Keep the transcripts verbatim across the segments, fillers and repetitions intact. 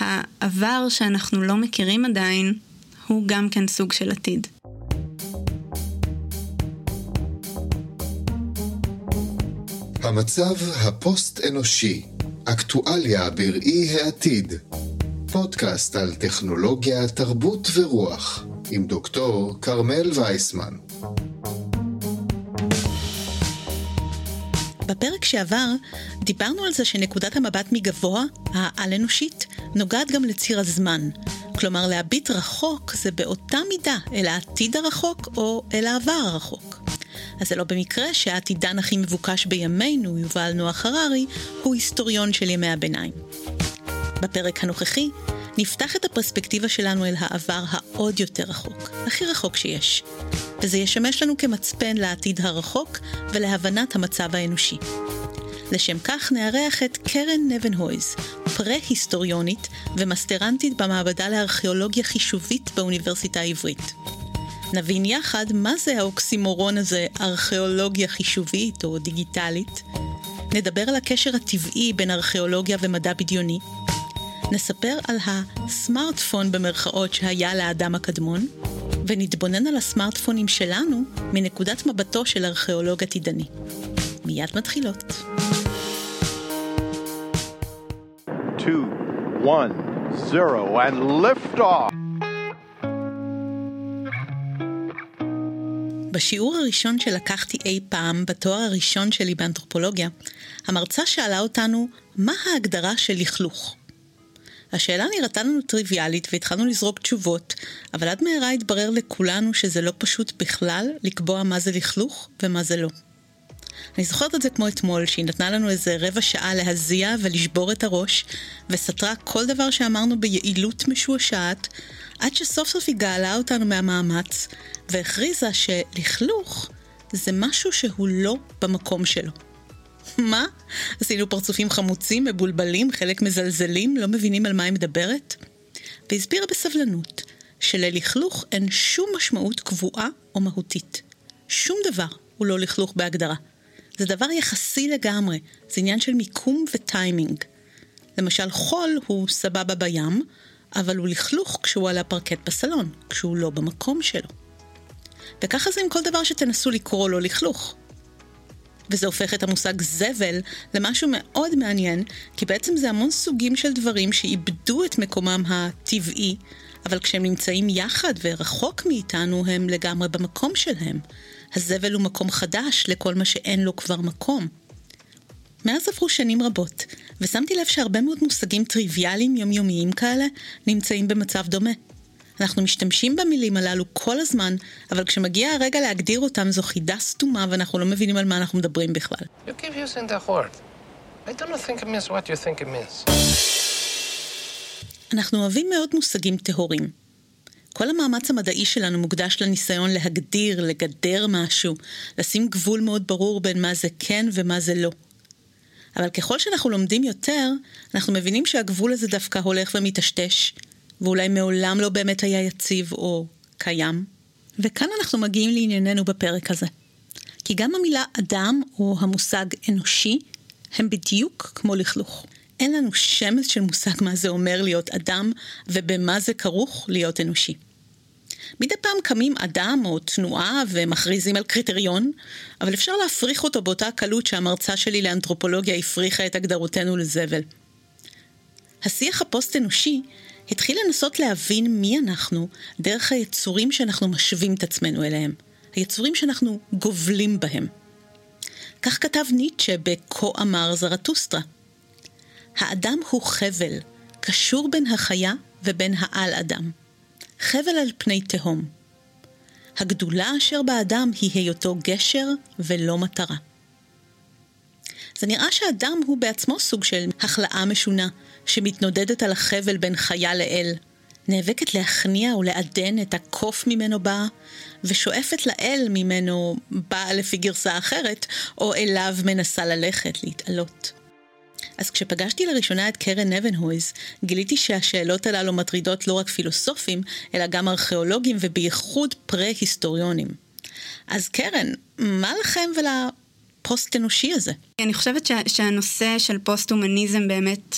העבר שאנחנו לא מכירים עדיין, הוא גם כן סוג של עתיד. המצב הפוסט-אנושי, אקטואליה בראי העתיד. פודקאסט על טכנולוגיה, תרבות ורוח, עם דוקטור קרמל וייסמן. בפרק שעבר דיברנו על זה שנקודת המבט מגבוה, העל-אנושית, נוגעת גם לציר הזמן. כלומר, להביט רחוק זה באותה מידה אל העתיד הרחוק או אל העבר הרחוק. אז זה לא במקרה שהעתידן הכי מבוקש בימינו, יובל נוח הררי, הוא היסטוריון של ימי הביניים. בפרק הנוכחי נפתח את הפרספקטיבה שלנו אל העבר העוד יותר רחוק, הכי רחוק שיש. וזה ישמש לנו כמצפן לעתיד הרחוק ולהבנת המצב האנושי. לשם כך נארח את קרן נבנהויז, פרה-היסטוריונית ומסטרנטית במעבדה לארכיאולוגיה חישובית באוניברסיטה העברית. נבין יחד מה זה האוקסימורון הזה, ארכיאולוגיה חישובית או דיגיטלית. נדבר על הקשר הטבעי בין ארכיאולוגיה ומדע בדיוני. נספר על הסמארטפון במרכאות שהיה לאדם הקדמון, ונתבונן על הסמארטפונים שלנו מנקודת מבטו של ארכיאולוג עתידני. מיד מתחילות. two, one, zero, and lift off. בשיעור הראשון שלקחתי אי פעם, בתואר הראשון שלי באנתרופולוגיה, המרצה שאלה אותנו, מה ההגדרה של לכלוך? השאלה נראתה לנו טריוויאלית והתחלנו לזרוק תשובות, אבל עד מהרה התברר לכולנו שזה לא פשוט בכלל לקבוע מה זה לכלוך ומה זה לא. אני זוכרת את זה כמו אתמול, שהיא נתנה לנו איזה רבע שעה להזיע ולשבור את הראש, וסתרה כל דבר שאמרנו ביעילות משועשעת, עד שסוף סוף היא גאלה אותנו מהמאמץ, והכריזה שלכלוך זה משהו שהוא לא במקום שלו. מה? עשינו פרצופים חמוצים, מבולבלים, חלק מזלזלים, לא מבינים על מה היא מדברת? והסבירה בסבלנות שללכלוך אין שום משמעות קבועה או מהותית. שום דבר הוא לא לכלוך בהגדרה. זה דבר יחסי לגמרי, זה עניין של מיקום וטיימינג. למשל חול הוא סבבה בים, אבל הוא לכלוך כשהוא על הפרקט בסלון, כשהוא לא במקום שלו. וככה זה עם כל דבר שתנסו לקרוא לו לכלוך. וזה הופך את המושג זבל למשהו מאוד מעניין, כי בעצם זה המון סוגים של דברים שאיבדו את מקומם הטבעי, אבל כשהם נמצאים יחד ורחוק מאיתנו הם לגמרי במקום שלהם. הזבל הוא מקום חדש לכל מה שאין לו כבר מקום. מאז עברו שנים רבות, ושמתי לב שהרבה מאוד מושגים טריוויאליים יומיומיים כאלה נמצאים במצב דומה. אנחנו משתמשים במילים הללו כל הזמן, אבל כשמגיע הרגע להגדיר אותם זו חידה סתומה ואנחנו לא מבינים על מה אנחנו מדברים בכלל. You keep using that word. I don't think it means what you think it means. אנחנו אוהבים מאוד מושגים טהורים. כל המאמץ המדעי שלנו מוקדש לניסיון להגדיר, לגדר משהו, לשים גבול מאוד ברור בין מה זה כן ומה זה לא. אבל ככל שאנחנו לומדים יותר, אנחנו מבינים שהגבול הזה דווקא הולך ומתשתש, ואולי מעולם לא באמת היה יציב או קיים. וכאן אנחנו מגיעים לענייננו בפרק הזה. כי גם המילה אדם או המושג אנושי הם בדיוק כמו לכלוך. אין לנו שמץ של מושג מה זה אומר להיות אדם ובמה זה כרוך להיות אנושי. מדי פעם קמים אדם או תנועה ומכריזים על קריטריון, אבל אפשר להפריך אותו באותה קלות שהמרצה שלי לאנתרופולוגיה הפריחה את הגדרותינו לזבל. השיח הפוסט-אנושי התחיל לנסות להבין מי אנחנו דרך היצורים שאנחנו משווים את עצמנו אליהם, היצורים שאנחנו גובלים בהם. כך כתב ניטשה ב"כה אמר זרטוסטרה". האדם הוא חבל, קשור בין החיה ובין העל אדם. חבל על פני תהום. הגדולה אשר באדם היא היותו גשר ולא מטרה. זה נראה שהאדם הוא בעצמו סוג של החלאה משונה, שמתנודדת על החבל בין חיה לאל, נאבקת להכניע או לעדן את הקוף ממנו באה, ושואפת לאל ממנו באה לפי גרסה אחרת, או אליו מנסה ללכת, להתעלות. אז כשפגשתי לראשונה את קרן נבנהויז, גיליתי שהשאלות הללו מטרידות לא רק פילוסופים, אלא גם ארכיאולוגים ובייחוד פרה-היסטוריונים. אז קרן, מה לכם ולפוסט-אנושי הזה? אני חושבת שה- שהנושא של פוסט-הומניזם באמת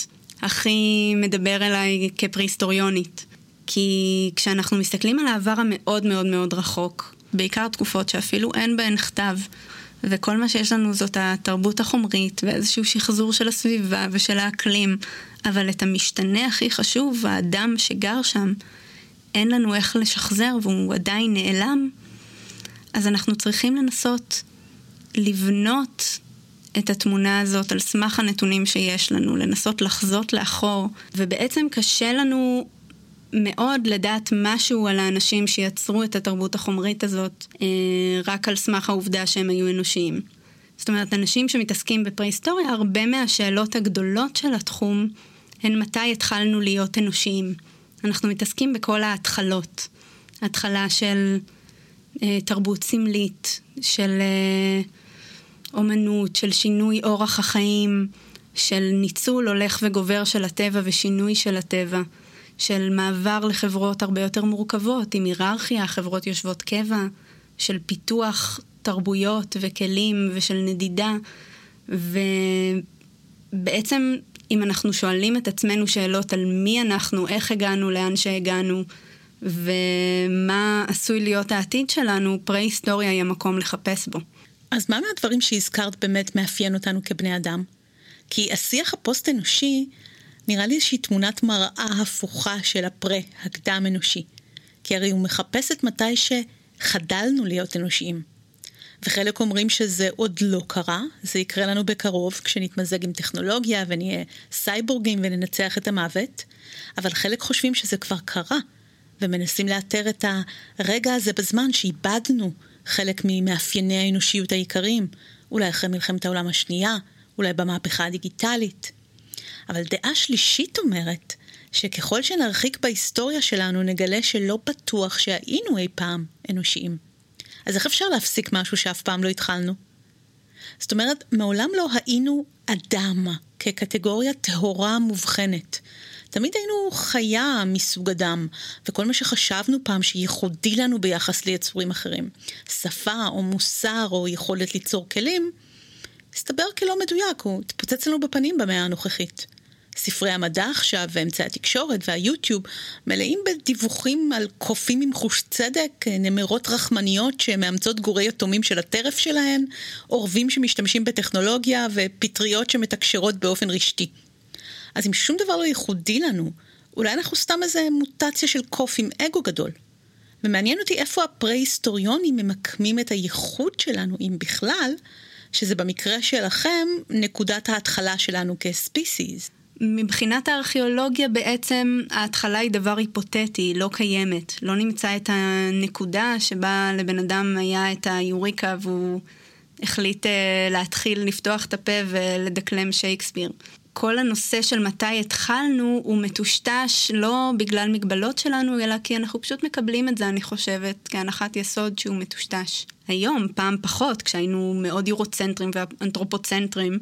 הכי מדבר אליי כפרה-היסטוריונית. כי כשאנחנו מסתכלים על העבר המאוד מאוד מאוד רחוק, בעיקר תקופות שאפילו אין בהן כתב, וכל מה שיש לנו זאת התרבות החומרית, ואיזשהו שחזור של הסביבה ושל האקלים, אבל את המשתנה הכי חשוב, האדם שגר שם, אין לנו איך לשחזר והוא עדיין נעלם, אז אנחנו צריכים לנסות לבנות את התמונה הזאת על סמך הנתונים שיש לנו, לנסות לחזות לאחור, ובעצם קשה לנו מאוד לדעת משהו על האנשים שיצרו את התרבות החומרית הזאת, רק על סמך העובדה שהם היו אנושיים. זאת אומרת, אנשים שמתעסקים בפרה-היסטוריה, הרבה מהשאלות הגדולות של התחום, הן מתי התחלנו להיות אנושיים. אנחנו מתעסקים בכל ההתחלות. התחלה של אה, תרבות סמלית, של אה, אומנות, של שינוי אורח החיים, של ניצול הולך וגובר של הטבע ושינוי של הטבע, של מעבר לחברות הרבה יותר מורכבות, עם היררכיה, חברות יושבות קבע, של פיתוח תרבויות וכלים ושל נדידה, ובעצם אם אנחנו שואלים את עצמנו שאלות על מי אנחנו, איך הגענו, לאן שהגענו, ומה עשוי להיות העתיד שלנו, פרה-היסטוריה היא המקום לחפש בו. אז מה מהדברים שהזכרת באמת מאפיין אותנו כבני אדם? כי השיח הפוסט-אנושי נראה לי איזושהי תמונת מראה הפוכה של הפרה, הקדם אנושי. כי הרי הוא מחפש את מתי שחדלנו להיות אנושיים. וחלק אומרים שזה עוד לא קרה, זה יקרה לנו בקרוב כשנתמזג עם טכנולוגיה ונהיה סייבורגים וננצח את המוות, אבל חלק חושבים שזה כבר קרה, ומנסים לאתר את הרגע הזה בזמן שאיבדנו חלק ממאפייני האנושיות העיקריים, אולי אחרי מלחמת העולם השנייה, אולי במהפכה הדיגיטלית. אבל דעה שלישית אומרת שככל שנרחיק בהיסטוריה שלנו נגלה שלא בטוח שהיינו אי פעם אנושיים. אז איך אפשר להפסיק משהו שאף פעם לא התחלנו? זאת אומרת, מעולם לא היינו אדם כקטגוריה טהורה מובחנת. תמיד היינו חיה מסוג אדם, וכל מה שחשבנו פעם שייחודי לנו ביחס ליצורים אחרים, שפה או מוסר או יכולת ליצור כלים, הסתבר כלא מדויק, הוא התפוצץ לנו בפנים במאה הנוכחית. ספרי המדע עכשיו ואמצעי התקשורת והיוטיוב מלאים בדיווחים על קופים עם חוש צדק, נמרות רחמניות שמאמצות גורי יתומים של הטרף שלהן, עורבים שמשתמשים בטכנולוגיה ופטריות שמתקשרות באופן רשתי. אז אם שום דבר לא ייחודי לנו, אולי אנחנו סתם איזה מוטציה של קוף עם אגו גדול. ומעניין אותי איפה הפרה-היסטוריונים ממקמים את הייחוד שלנו, אם בכלל, שזה במקרה שלכם נקודת ההתחלה שלנו כספיסיז. מבחינת הארכיאולוגיה בעצם ההתחלה היא דבר היפותטי, היא לא קיימת. לא נמצא את הנקודה שבה לבן אדם היה את היוריקה והוא החליט להתחיל לפתוח את הפה ולדקלם שייקספיר. כל הנושא של מתי התחלנו הוא מטושטש לא בגלל מגבלות שלנו, אלא כי אנחנו פשוט מקבלים את זה, אני חושבת, כהנחת יסוד שהוא מטושטש. היום, פעם פחות, כשהיינו מאוד יורוצנטרים ואנתרופוצנטרים,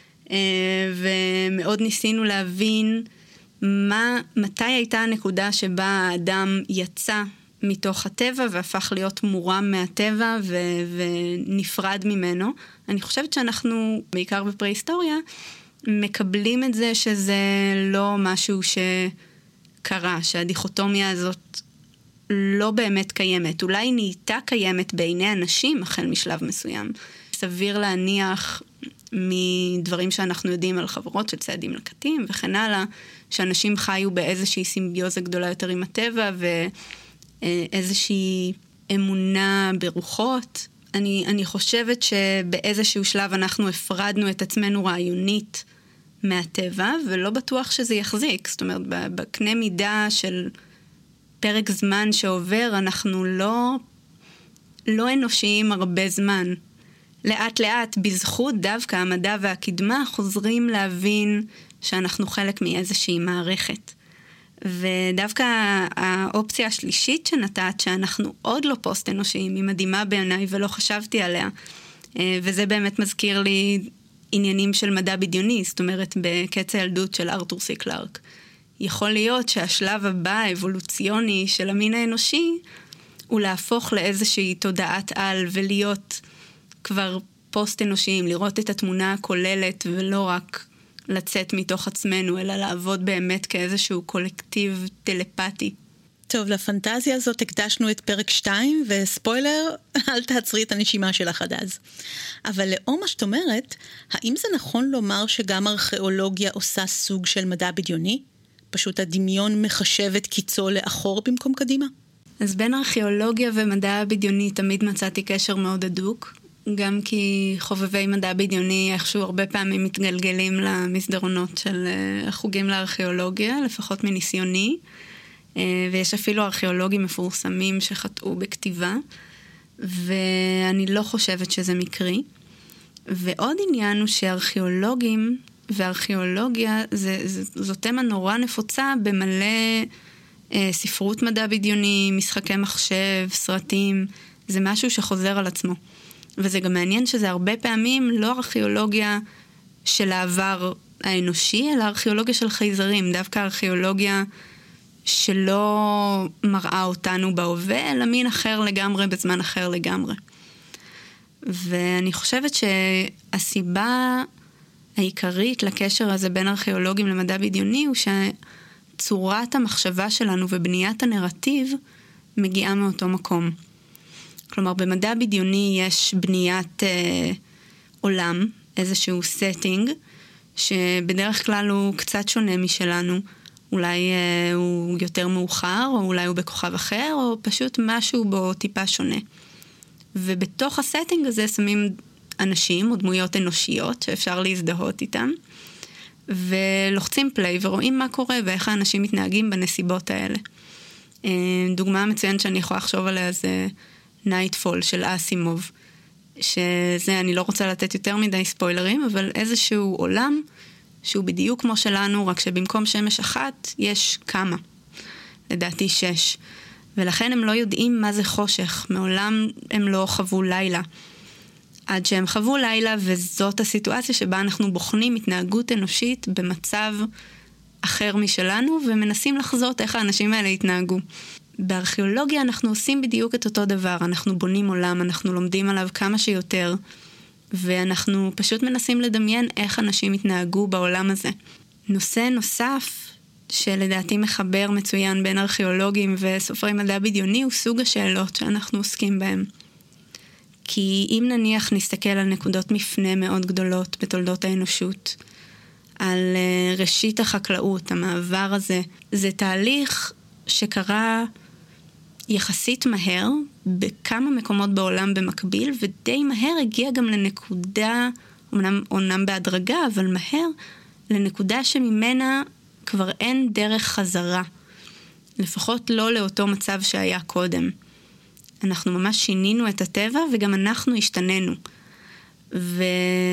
ומאוד ניסינו להבין מה, מתי הייתה הנקודה שבה האדם יצא מתוך הטבע והפך להיות מורם מהטבע ו, ונפרד ממנו. אני חושבת שאנחנו, בעיקר בפרה-היסטוריה, מקבלים את זה שזה לא משהו שקרה, שהדיכוטומיה הזאת לא באמת קיימת. אולי נהייתה קיימת בעיני אנשים החל משלב מסוים. סביר להניח מדברים שאנחנו יודעים על חברות של ציידים לקטים וכן הלאה, שאנשים חיו באיזושהי סימביוזה גדולה יותר עם הטבע ואיזושהי אמונה ברוחות. אני, אני חושבת שבאיזשהו שלב אנחנו הפרדנו את עצמנו רעיונית מהטבע, ולא בטוח שזה יחזיק. זאת אומרת, בקנה מידה של פרק זמן שעובר, אנחנו לא, לא אנושיים הרבה זמן. לאט לאט, בזכות דווקא המדע והקדמה, חוזרים להבין שאנחנו חלק מאיזושהי מערכת. ודווקא האופציה השלישית שנתת, שאנחנו עוד לא פוסט אנושיים, היא מדהימה בעיניי ולא חשבתי עליה. וזה באמת מזכיר לי עניינים של מדע בדיוני, זאת אומרת בקץ הילדות של ארתור סי קלארק. יכול להיות שהשלב הבא האבולוציוני של המין האנושי, הוא להפוך לאיזושהי תודעת על ולהיות כבר פוסט אנושיים, לראות את התמונה הכוללת ולא רק לצאת מתוך עצמנו, אלא לעבוד באמת כאיזשהו קולקטיב טלפתי. טוב, לפנטזיה הזאת הקדשנו את פרק שתיים, וספוילר, אל תעצרי את הנשימה שלך עד אז. אבל לאור מה שאת אומרת, האם זה נכון לומר שגם ארכיאולוגיה עושה סוג של מדע בדיוני? פשוט הדמיון מחשב את קיצו לאחור במקום קדימה? אז בין ארכיאולוגיה ומדע בדיוני תמיד מצאתי קשר מאוד הדוק, גם כי חובבי מדע בדיוני איכשהו הרבה פעמים מתגלגלים למסדרונות של החוגים לארכיאולוגיה, לפחות מניסיוני, ויש אפילו ארכיאולוגים מפורסמים שחטאו בכתיבה, ואני לא חושבת שזה מקרי. ועוד עניין הוא שארכיאולוגים וארכיאולוגיה זה, זה, זו תמה נורא נפוצה במלא אה, ספרות מדע בדיוני, משחקי מחשב, סרטים, זה משהו שחוזר על עצמו. וזה גם מעניין שזה הרבה פעמים לא ארכיאולוגיה של העבר האנושי, אלא ארכיאולוגיה של חייזרים, דווקא ארכיאולוגיה שלא מראה אותנו בהווה, אלא מין אחר לגמרי, בזמן אחר לגמרי. ואני חושבת שהסיבה העיקרית לקשר הזה בין ארכיאולוגים למדע בדיוני, הוא שצורת המחשבה שלנו ובניית הנרטיב מגיעה מאותו מקום. כלומר, במדע בדיוני יש בניית אה, עולם, איזשהו setting, שבדרך כלל הוא קצת שונה משלנו, אולי אה, הוא יותר מאוחר, או אולי הוא בכוכב אחר, או פשוט משהו בו טיפה שונה. ובתוך הסטינג הזה שמים אנשים או דמויות אנושיות שאפשר להזדהות איתם, ולוחצים פליי ורואים מה קורה ואיך האנשים מתנהגים בנסיבות האלה. דוגמה מצוינת שאני יכולה לחשוב עליה זה נייטפול של אסימוב, שזה, אני לא רוצה לתת יותר מדי ספוילרים, אבל איזשהו עולם שהוא בדיוק כמו שלנו, רק שבמקום שמש אחת יש כמה, לדעתי שש. ולכן הם לא יודעים מה זה חושך, מעולם הם לא חוו לילה. עד שהם חוו לילה, וזאת הסיטואציה שבה אנחנו בוחנים התנהגות אנושית במצב אחר משלנו, ומנסים לחזות איך האנשים האלה התנהגו. בארכיאולוגיה אנחנו עושים בדיוק את אותו דבר, אנחנו בונים עולם, אנחנו לומדים עליו כמה שיותר, ואנחנו פשוט מנסים לדמיין איך אנשים התנהגו בעולם הזה. נושא נוסף שלדעתי מחבר מצוין בין ארכיאולוגים וסופרי מדע בדיוני הוא סוג השאלות שאנחנו עוסקים בהם. כי אם נניח נסתכל על נקודות מפנה מאוד גדולות בתולדות האנושות, על ראשית החקלאות, המעבר הזה, זה תהליך שקרה יחסית מהר, בכמה מקומות בעולם במקביל, ודי מהר הגיע גם לנקודה, אומנם, אומנם בהדרגה, אבל מהר, לנקודה שממנה כבר אין דרך חזרה. לפחות לא לאותו מצב שהיה קודם. אנחנו ממש שינינו את הטבע, וגם אנחנו השתננו. ואז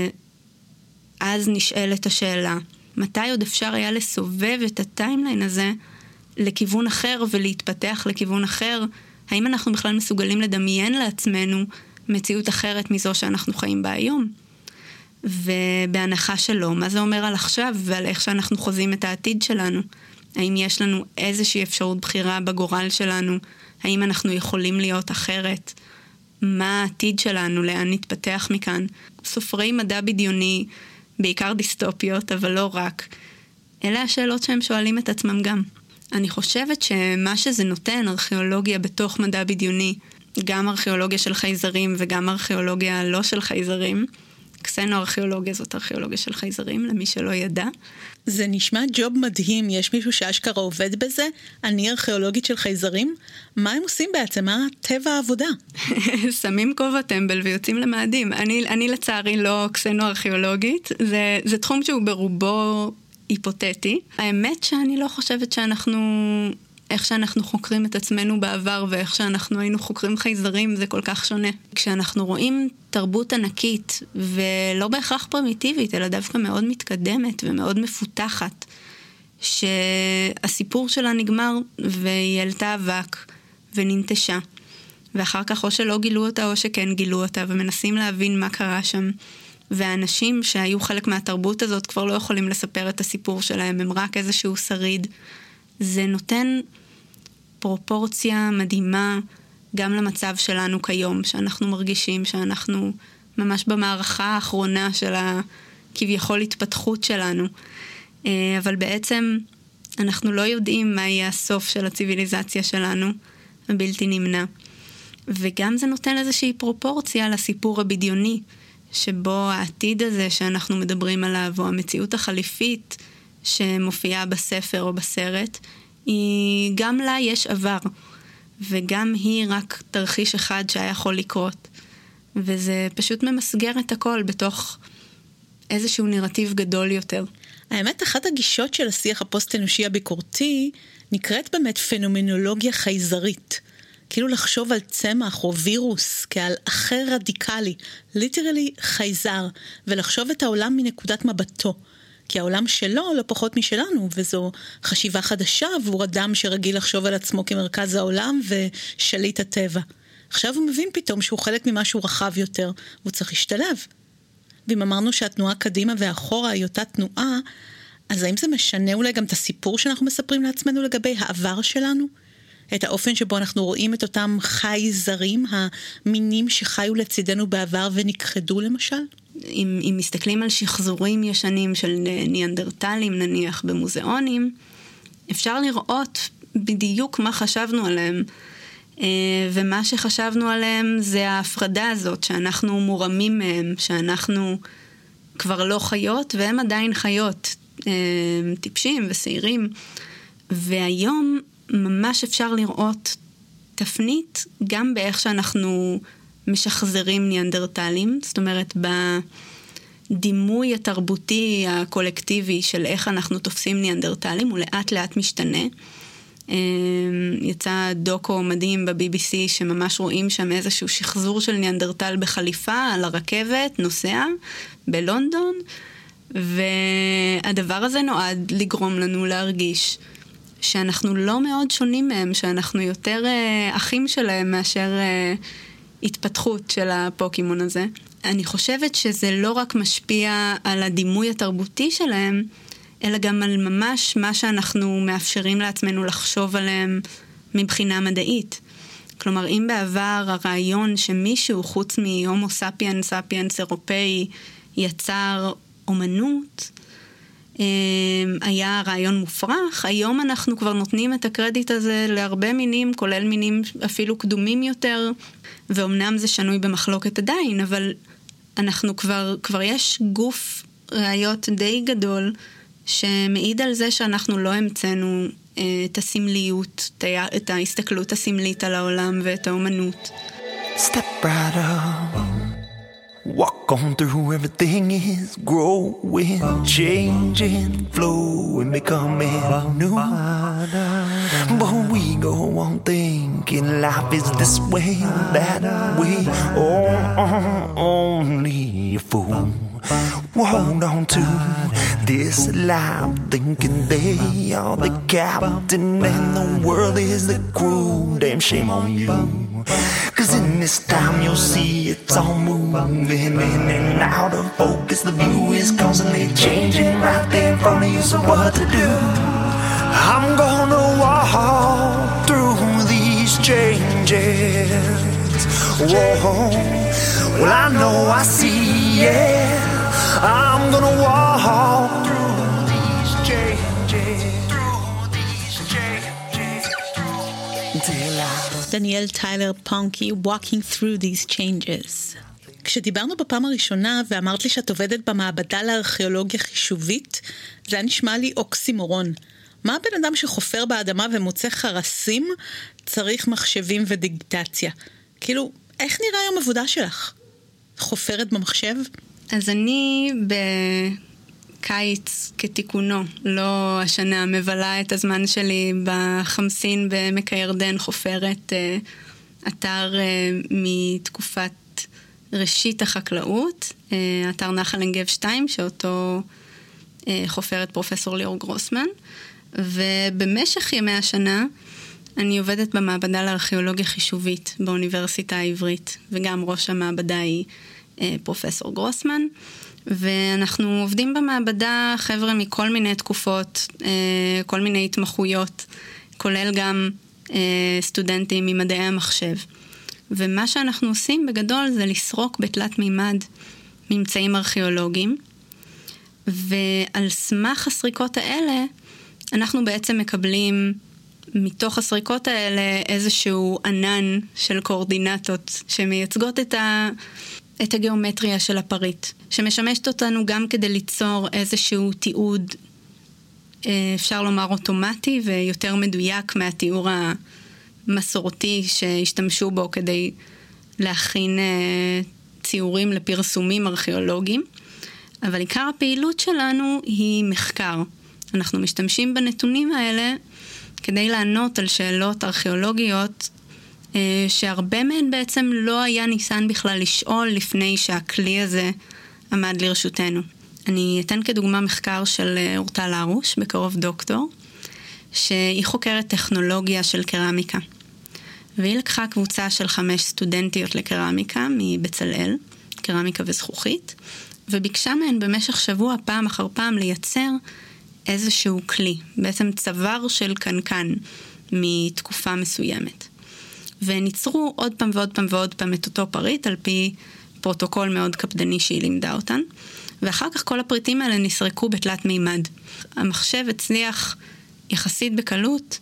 נשאלת השאלה, מתי עוד אפשר היה לסובב את הטיימליין הזה לכיוון אחר ולהתפתח לכיוון אחר? האם אנחנו בכלל מסוגלים לדמיין לעצמנו מציאות אחרת מזו שאנחנו חיים בה היום? ובהנחה שלא, מה זה אומר על עכשיו ועל איך שאנחנו חוזים את העתיד שלנו? האם יש לנו איזושהי אפשרות בחירה בגורל שלנו? האם אנחנו יכולים להיות אחרת? מה העתיד שלנו? לאן נתפתח מכאן? סופרי מדע בדיוני, בעיקר דיסטופיות, אבל לא רק. אלה השאלות שהם שואלים את עצמם גם. אני חושבת שמה שזה נותן, ארכיאולוגיה בתוך מדע בדיוני, גם ארכיאולוגיה של חייזרים וגם ארכיאולוגיה לא של חייזרים, קסנו-ארכיאולוגיה זאת ארכיאולוגיה של חייזרים, למי שלא ידע. זה נשמע ג'וב מדהים, יש מישהו שאשכרה עובד בזה? אני ארכיאולוגית של חייזרים? מה הם עושים בעצם? מה טבע העבודה? שמים כובע טמבל ויוצאים למאדים. אני, אני לצערי לא קסנו-ארכיאולוגית, זה, זה תחום שהוא ברובו היפותטי. האמת שאני לא חושבת שאנחנו, איך שאנחנו חוקרים את עצמנו בעבר ואיך שאנחנו היינו חוקרים חייזרים זה כל כך שונה. כשאנחנו רואים תרבות ענקית ולא בהכרח פרימיטיבית אלא דווקא מאוד מתקדמת ומאוד מפותחת, שהסיפור שלה נגמר והיא העלתה אבק וננטשה, ואחר כך או שלא גילו אותה או שכן גילו אותה ומנסים להבין מה קרה שם, והאנשים שהיו חלק מהתרבות הזאת כבר לא יכולים לספר את הסיפור שלהם, הם רק איזשהו שריד. זה נותן פרופורציה מדהימה גם למצב שלנו כיום, שאנחנו מרגישים שאנחנו ממש במערכה האחרונה של כביכול התפתחות שלנו. אבל בעצם אנחנו לא יודעים מה יהיה הסוף של הציביליזציה שלנו, הבלתי נמנע. וגם זה נותן איזושהי פרופורציה לסיפור הבדיוני, שבו העתיד הזה שאנחנו מדברים עליו, או המציאות החליפית שמופיעה בספר או בסרט, היא גם לה יש עבר, וגם היא רק תרחיש אחד שהיה יכול לקרות. וזה פשוט ממסגר את הכל בתוך איזשהו נרטיב גדול יותר. האמת, אחת הגישות של השיח הפוסט-אנושי הביקורתי נקראת באמת פנומנולוגיה חייזרית. כאילו לחשוב על צמח או וירוס כעל אחר רדיקלי, ליטרלי חייזר, ולחשוב את העולם מנקודת מבטו. כי העולם שלו לא פחות משלנו, וזו חשיבה חדשה עבור אדם שרגיל לחשוב על עצמו כמרכז העולם ושליט הטבע. עכשיו הוא מבין פתאום שהוא חלק ממשהו רחב יותר, והוא צריך להשתלב. ואם אמרנו שהתנועה קדימה ואחורה היא אותה תנועה, אז האם זה משנה אולי גם את הסיפור שאנחנו מספרים לעצמנו לגבי העבר שלנו? את האופן שבו אנחנו רואים את אותם חייזרים, המינים שחיו לצידנו בעבר ונכחדו למשל? אם, אם מסתכלים על שחזורים ישנים של ניאנדרטלים נניח במוזיאונים, אפשר לראות בדיוק מה חשבנו עליהם. ומה שחשבנו עליהם זה ההפרדה הזאת, שאנחנו מורמים מהם, שאנחנו כבר לא חיות והם עדיין חיות, טיפשים ושעירים. והיום ממש אפשר לראות תפנית גם באיך שאנחנו משחזרים ניאנדרטלים, זאת אומרת בדימוי התרבותי הקולקטיבי של איך אנחנו תופסים ניאנדרטלים, הוא לאט לאט משתנה. יצא דוקו מדהים ב-בי בי סי שממש רואים שם איזשהו שחזור של ניאנדרטל בחליפה על הרכבת, נוסע בלונדון, והדבר הזה נועד לגרום לנו להרגיש שאנחנו לא מאוד שונים מהם, שאנחנו יותר uh, אחים שלהם מאשר uh, התפתחות של הפוקימון הזה. אני חושבת שזה לא רק משפיע על הדימוי התרבותי שלהם, אלא גם על ממש מה שאנחנו מאפשרים לעצמנו לחשוב עליהם מבחינה מדעית. כלומר, אם בעבר הרעיון שמישהו חוץ מהומו ספיאנס, ספיאנס אירופאי, יצר אומנות, היה רעיון מופרך, היום אנחנו כבר נותנים את הקרדיט הזה להרבה מינים, כולל מינים אפילו קדומים יותר, ואומנם זה שנוי במחלוקת עדיין, אבל אנחנו כבר, כבר יש גוף ראיות די גדול, שמעיד על זה שאנחנו לא המצאנו את הסמליות, את ההסתכלות הסמלית על העולם ואת האומנות. Step right up, walk on through, everything is growing, changing, flowing, becoming new. But we go on thinking life is this way, that way, oh, only a fool will hold on to this life, thinking they are the captain and the world is the crew. Damn shame on you, cause in this time you'll see it's all moving in and out of focus. The view is constantly changing right there in front of you, so what to do? I'm gonna walk through these changes. Whoa, well I know I see it. I'm gonna walk through these changes, through these changes, till I... דניאל טיילר פונקי, Walking Through These Changes. כשדיברנו בפעם הראשונה ואמרת לי שאת עובדת במעבדה לארכיאולוגיה חישובית, זה היה נשמע לי אוקסימורון. מה הבן אדם שחופר באדמה ומוצא חרסים צריך מחשבים ודיגיטציה? כאילו, איך נראה היום עבודה שלך? חופרת במחשב? אז אני בקיץ כתיקונו, לא השנה, מבלה את הזמן שלי בחמסין בעמק הירדן, חופרת אתר מתקופת ראשית החקלאות, אתר נחל עין גב שתיים, שאותו חופרת פרופסור ליאור גרוסמן, ובמשך ימי השנה אני עובדת במעבדה לארכיאולוגיה חישובית באוניברסיטה העברית, וגם ראש המעבדה היא פרופסור גרוסמן, ואנחנו עובדים במעבדה חבר'ה מכל מיני תקופות, כל מיני התמחויות, כולל גם סטודנטים ממדעי המחשב. ומה שאנחנו עושים בגדול זה לסרוק בתלת מימד ממצאים ארכיאולוגיים, ועל סמך הסריקות האלה, אנחנו בעצם מקבלים מתוך הסריקות האלה איזשהו ענן של קואורדינטות שמייצגות את, ה... את הגיאומטריה של הפריט, שמשמשת אותנו גם כדי ליצור איזשהו תיעוד, אפשר לומר אוטומטי ויותר מדויק מהתיאור המסורתי שהשתמשו בו כדי להכין ציורים לפרסומים ארכיאולוגיים. אבל עיקר הפעילות שלנו היא מחקר. אנחנו משתמשים בנתונים האלה כדי לענות על שאלות ארכיאולוגיות שהרבה מהן בעצם לא היה ניסן בכלל לשאול לפני שהכלי הזה עמד לרשותנו. אני אתן כדוגמה מחקר של אורטל הרוש, בקרוב דוקטור, שהיא חוקרת טכנולוגיה של קרמיקה. והיא לקחה קבוצה של חמש סטודנטיות לקרמיקה מבצלאל, קרמיקה וזכוכית, וביקשה מהן במשך שבוע פעם אחר פעם לייצר איזשהו כלי, בעצם צוואר של קנקן מתקופה מסוימת. והן ייצרו עוד פעם ועוד פעם ועוד פעם את אותו פריט על פי פרוטוקול מאוד קפדני שהיא לימדה אותן, ואחר כך כל הפריטים האלה נסרקו בתלת מימד. המחשב הצליח יחסית בקלות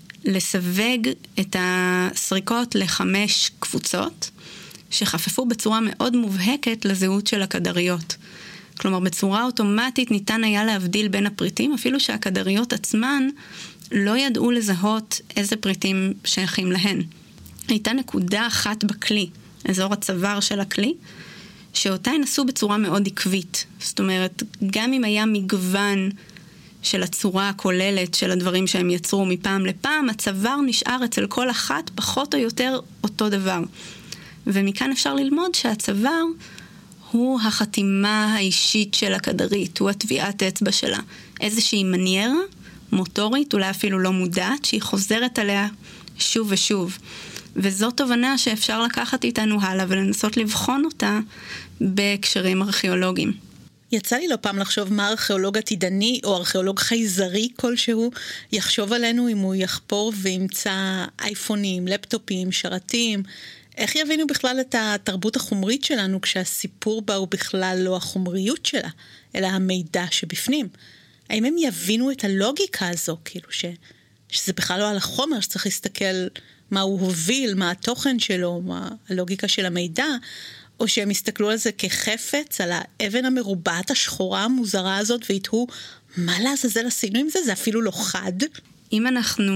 לסווג את הסריקות לחמש קבוצות, שחפפו בצורה מאוד מובהקת לזהות של הכדריות. כלומר, בצורה אוטומטית ניתן היה להבדיל בין הפריטים, אפילו שהכדריות עצמן לא ידעו לזהות איזה פריטים שייכים להן. הייתה נקודה אחת בכלי, אזור הצוואר של הכלי, שאותה ינסו בצורה מאוד עקבית. זאת אומרת, גם אם היה מגוון של הצורה הכוללת של הדברים שהם יצרו מפעם לפעם, הצוואר נשאר אצל כל אחת פחות או יותר אותו דבר. ומכאן אפשר ללמוד שהצוואר הוא החתימה האישית של הכדרית, הוא הטביעת אצבע שלה. איזושהי מניירה מוטורית, אולי אפילו לא מודעת, שהיא חוזרת עליה שוב ושוב. וזאת תובנה שאפשר לקחת איתנו הלאה ולנסות לבחון אותה בהקשרים ארכיאולוגיים. יצא לי לא פעם לחשוב מה ארכיאולוג עתידני או ארכיאולוג חייזרי כלשהו יחשוב עלינו אם הוא יחפור וימצא אייפונים, לפטופים, שרתים. איך יבינו בכלל את התרבות החומרית שלנו כשהסיפור בה הוא בכלל לא החומריות שלה, אלא המידע שבפנים? האם הם יבינו את הלוגיקה הזו, כאילו ש, שזה בכלל לא על החומר, שצריך להסתכל מה הוא הוביל, מה התוכן שלו, מה הלוגיקה של המידע, או שהם יסתכלו על זה כחפץ, על האבן המרובעת השחורה המוזרה הזאת, ויתהו, מה לעזאזל עשינו עם זה? זה אפילו לא חד. אם אנחנו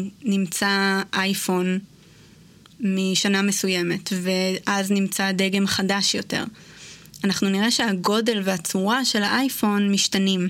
נמצא אייפון משנה מסוימת, ואז נמצא דגם חדש יותר, אנחנו נראה שהגודל והצורה של האייפון משתנים.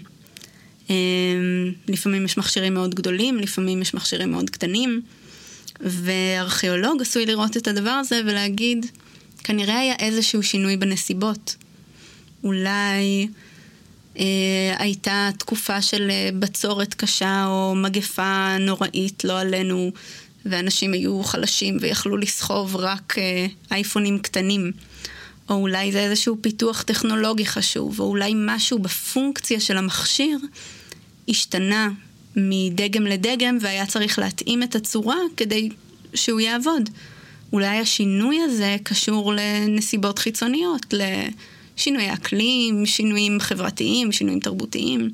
לפעמים יש מכשירים מאוד גדולים, לפעמים יש מכשירים מאוד קטנים, וארכיאולוג עשוי לראות את הדבר הזה ולהגיד, כנראה היה איזשהו שינוי בנסיבות. אולי אה, הייתה תקופה של בצורת קשה או מגפה נוראית, לא עלינו, ואנשים היו חלשים ויכלו לסחוב רק אה, אייפונים קטנים. או אולי זה איזשהו פיתוח טכנולוגי חשוב, או אולי משהו בפונקציה של המכשיר השתנה מדגם לדגם, והיה צריך להתאים את הצורה כדי שהוא יעבוד. אולי השינוי הזה קשור לנסיבות חיצוניות, לשינוי אקלים, שינויים חברתיים, שינויים תרבותיים.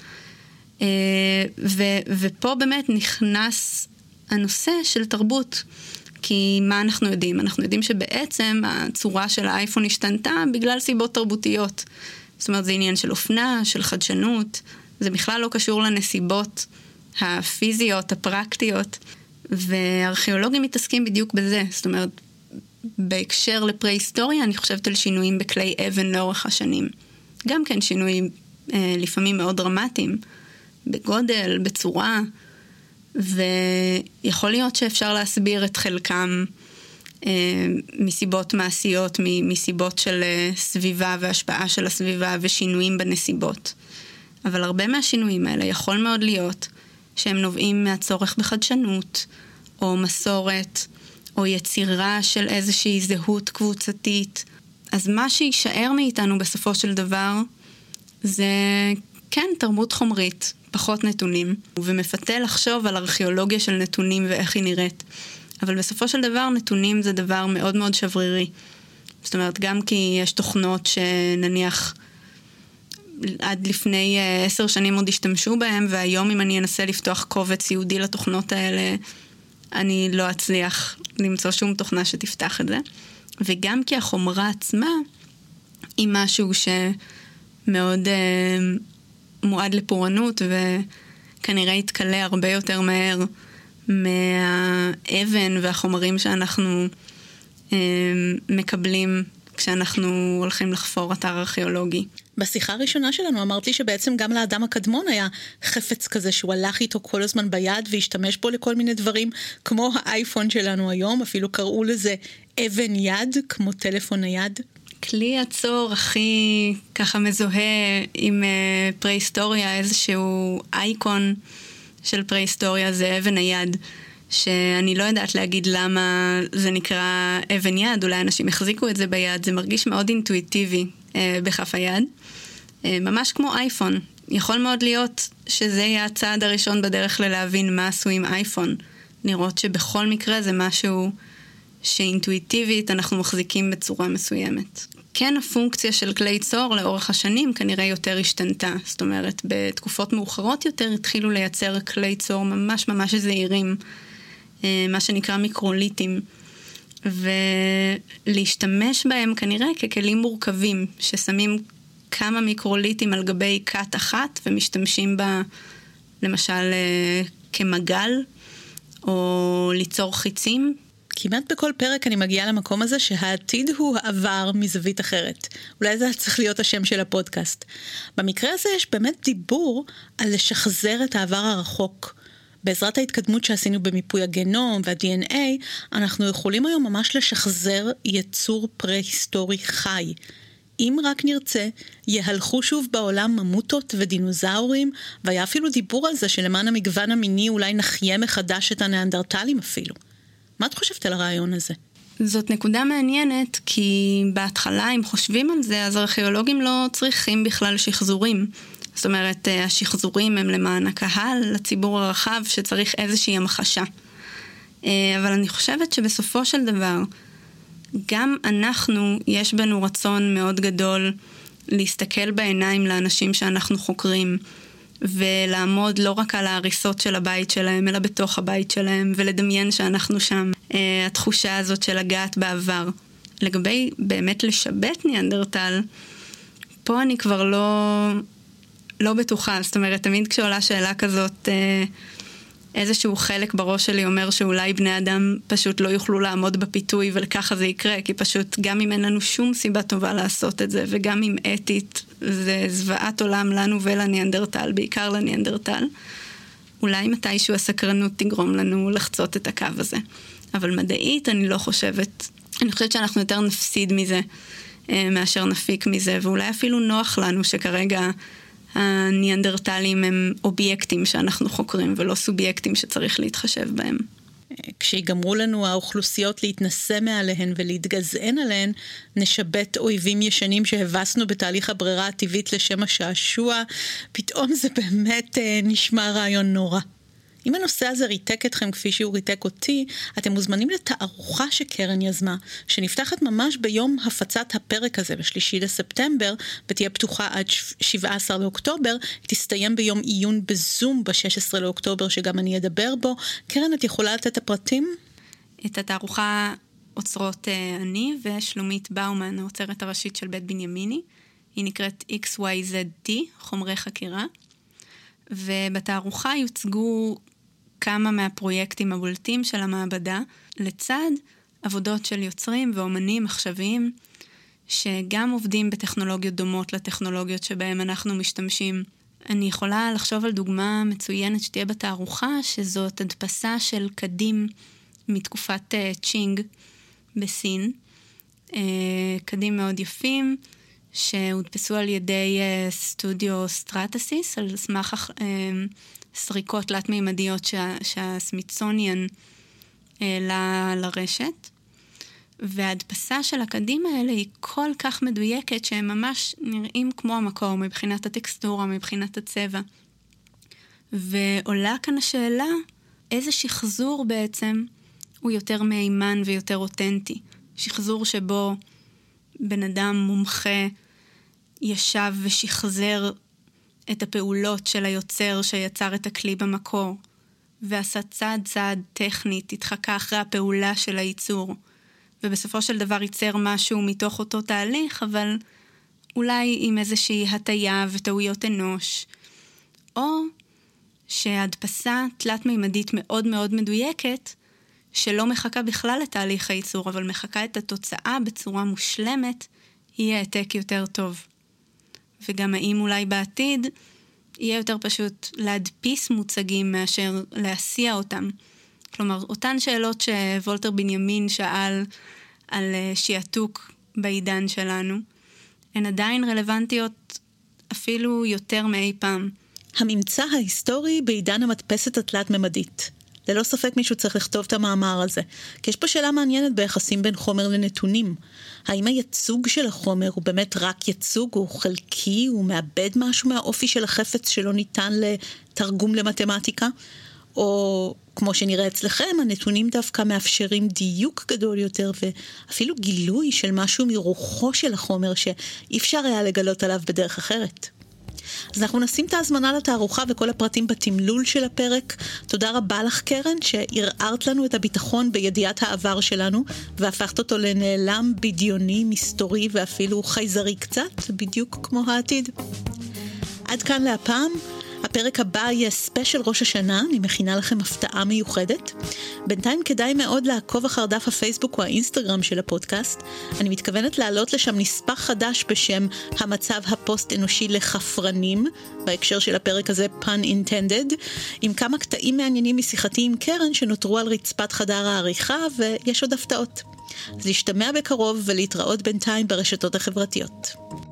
ו- ופה באמת נכנס הנושא של תרבות. כי מה אנחנו יודעים? אנחנו יודעים שבעצם הצורה של האייפון השתנתה בגלל סיבות תרבותיות. זאת אומרת, זה עניין של אופנה, של חדשנות. זה בכלל לא קשור לנסיבות הפיזיות, הפרקטיות. וארכיאולוגים מתעסקים בדיוק בזה. זאת אומרת, בהקשר לפרה-היסטוריה, אני חושבת על שינויים בכלי אבן לאורך השנים. גם כן שינויים אה, לפעמים מאוד דרמטיים, בגודל, בצורה, ויכול להיות שאפשר להסביר את חלקם אה, מסיבות מעשיות, מסיבות של אה, סביבה והשפעה של הסביבה ושינויים בנסיבות. אבל הרבה מהשינויים האלה יכול מאוד להיות שהם נובעים מהצורך בחדשנות, או מסורת, או יצירה של איזושהי זהות קבוצתית. אז מה שישאר מאיתנו בסופו של דבר, זה כן תרבות חומרית, פחות נתונים, ומפתה לחשוב על ארכיאולוגיה של נתונים ואיך היא נראית. אבל בסופו של דבר נתונים זה דבר מאוד מאוד שברירי. זאת אומרת, גם כי יש תוכנות שנניח עד לפני עשר שנים עוד השתמשו בהם, והיום אם אני אנסה לפתוח קובץ יהודי לתוכנות האלה, אני לא אצליח למצוא שום תוכנה שתפתח את זה. וגם כי החומרה עצמה היא משהו שמאוד אה, מועד לפורענות, וכנראה יתקלה הרבה יותר מהר מהאבן והחומרים שאנחנו אה, מקבלים כשאנחנו הולכים לחפור אתר ארכיאולוגי. בשיחה הראשונה שלנו אמרת לי שבעצם גם לאדם הקדמון היה חפץ כזה שהוא הלך איתו כל הזמן ביד והשתמש בו לכל מיני דברים, כמו האייפון שלנו היום, אפילו קראו לזה אבן יד, כמו טלפון נייד. כלי הצור הכי ככה מזוהה עם uh, פרה-היסטוריה, איזשהו אייקון של פרה-היסטוריה זה אבן היד, שאני לא יודעת להגיד למה זה נקרא אבן יד, אולי אנשים החזיקו את זה ביד, זה מרגיש מאוד אינטואיטיבי אה, בכף היד, אה, ממש כמו אייפון. יכול מאוד להיות שזה יהיה הצעד הראשון בדרך ללהבין מה עשו עם אייפון, לראות שבכל מקרה זה משהו שאינטואיטיבית אנחנו מחזיקים בצורה מסוימת. כן, הפונקציה של כלי צור לאורך השנים כנראה יותר השתנתה, זאת אומרת בתקופות מאוחרות יותר התחילו לייצר כלי צור ממש ממש זעירים, מה שנקרא מיקרוליטים, ולהשתמש בהם כנראה ככלים מורכבים, ששמים כמה מיקרוליטים על גבי קט אחת, ומשתמשים בה למשל כמגל, או ליצור חיצים. כמעט בכל פרק אני מגיעה למקום הזה שהעתיד הוא העבר מזווית אחרת. אולי זה צריך להיות השם של הפודקאסט. במקרה הזה יש באמת דיבור על לשחזר את העבר הרחוק. בעזרת ההתקדמות שעשינו במיפוי הגנום וה-די אן איי, אנחנו יכולים היום ממש לשחזר יצור פרה-היסטורי חי. אם רק נרצה, יהלכו שוב בעולם ממוטות ודינוזאורים, והיה אפילו דיבור על זה שלמען המגוון המיני אולי נחיה מחדש את הנאנדרטלים אפילו. מה את חושבת על הרעיון הזה? זאת נקודה מעניינת, כי בהתחלה, אם חושבים על זה, אז ארכיאולוגים לא צריכים בכלל שחזורים. זאת אומרת, השחזורים הם למען הקהל, לציבור הרחב, שצריך איזושהי המחשה. אבל אני חושבת שבסופו של דבר, גם אנחנו, יש בנו רצון מאוד גדול להסתכל בעיניים לאנשים שאנחנו חוקרים, ולעמוד לא רק על ההריסות של הבית שלהם, אלא בתוך הבית שלהם, ולדמיין שאנחנו שם. התחושה הזאת של הגעת בעבר. לגבי באמת לשבת ניאנדרטל, פה אני כבר לא... לא בטוחה, זאת אומרת, תמיד כשעולה שאלה כזאת, איזשהו חלק בראש שלי אומר שאולי בני אדם פשוט לא יוכלו לעמוד בפיתוי, ולככה זה יקרה, כי פשוט גם אם אין לנו שום סיבה טובה לעשות את זה, וגם אם אתית זה זוועת עולם לנו ולניאנדרטל, בעיקר לניאנדרטל, אולי מתישהו הסקרנות תגרום לנו לחצות את הקו הזה. אבל מדעית אני לא חושבת, אני חושבת שאנחנו יותר נפסיד מזה, מאשר נפיק מזה, ואולי אפילו נוח לנו שכרגע הניאנדרטלים הם אובייקטים שאנחנו חוקרים, ולא סובייקטים שצריך להתחשב בהם. כשיגמרו לנו האוכלוסיות להתנסה מעליהן ולהתגזען עליהן, נשבת אויבים ישנים שהבסנו בתהליך הברירה הטבעית לשם השעשוע, פתאום זה באמת נשמע רעיון נורא. אם הנושא הזה ריתק אתכם כפי שהוא ריתק אותי, אתם מוזמנים לתערוכה שקרן יזמה, שנפתחת ממש ביום הפצת הפרק הזה, בשלישי לספטמבר, ותהיה פתוחה עד שבעה עשר לאוקטובר, תסתיים ביום עיון בזום ב-שישה עשר לאוקטובר, שגם אני אדבר בו. קרן, את יכולה לתת את הפרטים? את התערוכה אוצרות uh, אני ושלומית באומן, האוצרת הראשית של בית בנימיני. היא נקראת אקס וואי זד טי, חומרי חקירה. ובתערוכה יוצגו כמה מהפרויקטים הבולטים של המעבדה, לצד עבודות של יוצרים ואומנים מחשביים, שגם עובדים בטכנולוגיות דומות לטכנולוגיות שבהם אנחנו משתמשים. אני יכולה לחשוב על דוגמה מצוינת שתהיה בתערוכה, שזאת הדפסה של קדים מתקופת uh, צ'ינג בסין. Uh, קדים מאוד יפים, שהודפסו על ידי uh, סטודיו סטרטסיס, על סמך uh, סריקות תלת-מימדיות שה, שהסמיתסוניאן העלה לרשת. וההדפסה של הקדים האלה היא כל כך מדויקת, שהם ממש נראים כמו המקור, מבחינת הטקסטורה, מבחינת הצבע. ועולה כאן השאלה, איזה שחזור בעצם הוא יותר מהימן ויותר אותנטי. שחזור שבו בן אדם מומחה ישב ושחזר את הפעולות של היוצר שיצר את הכלי במקור, ועשה צעד צעד טכנית, התחקה אחרי הפעולה של הייצור, ובסופו של דבר ייצר משהו מתוך אותו תהליך, אבל אולי עם איזושהי הטיה וטעויות אנוש, או שהדפסה תלת-מימדית מאוד מאוד מדויקת, שלא מחכה בכלל לתהליך הייצור, אבל מחכה את התוצאה בצורה מושלמת, יהיה העתק יותר טוב. וגם האם אולי בעתיד יהיה יותר פשוט להדפיס מוצגים מאשר להסיע אותם. כלומר, אותן שאלות שוולטר בנימין שאל על שיעתוק בעידן שלנו, הן עדיין רלוונטיות אפילו יותר מאי פעם. הממצא ההיסטורי בעידן המדפסת התלת-ממדית. ללא ספק מישהו צריך לכתוב את המאמר הזה, כי יש פה שאלה מעניינת ביחסים בין חומר לנתונים. האם הייצוג של החומר הוא באמת רק ייצוג, הוא חלקי, הוא מאבד משהו מהאופי של החפץ שלא ניתן לתרגום למתמטיקה? או כמו שנראה אצלכם, הנתונים דווקא מאפשרים דיוק גדול יותר, ואפילו גילוי של משהו מרוחו של החומר שאי אפשר היה לגלות עליו בדרך אחרת. אז אנחנו נשים את ההזמנה לתערוכה וכל הפרטים בתמלול של הפרק. תודה רבה לך קרן שהרערת לנו את הביטחון בידיעת העבר שלנו והפכת אותו לנעלם בדיוני, מסתורי ואפילו חייזרי קצת, בדיוק כמו העתיד. עד כאן להפעם. הפרק הבא יהיה ספיישל ראש השנה, אני מכינה לכם הפתעה מיוחדת. בינתיים כדאי מאוד לעקוב אחר דף הפייסבוק או האינסטגרם של הפודקאסט. אני מתכוונת להעלות לשם נספח חדש בשם המצב הפוסט-אנושי לחפרנים, בהקשר של הפרק הזה pun intended, עם כמה קטעים מעניינים משיחתי עם קרן שנותרו על רצפת חדר העריכה, ויש עוד הפתעות. אז להשתמע בקרוב ולהתראות בינתיים ברשתות החברתיות.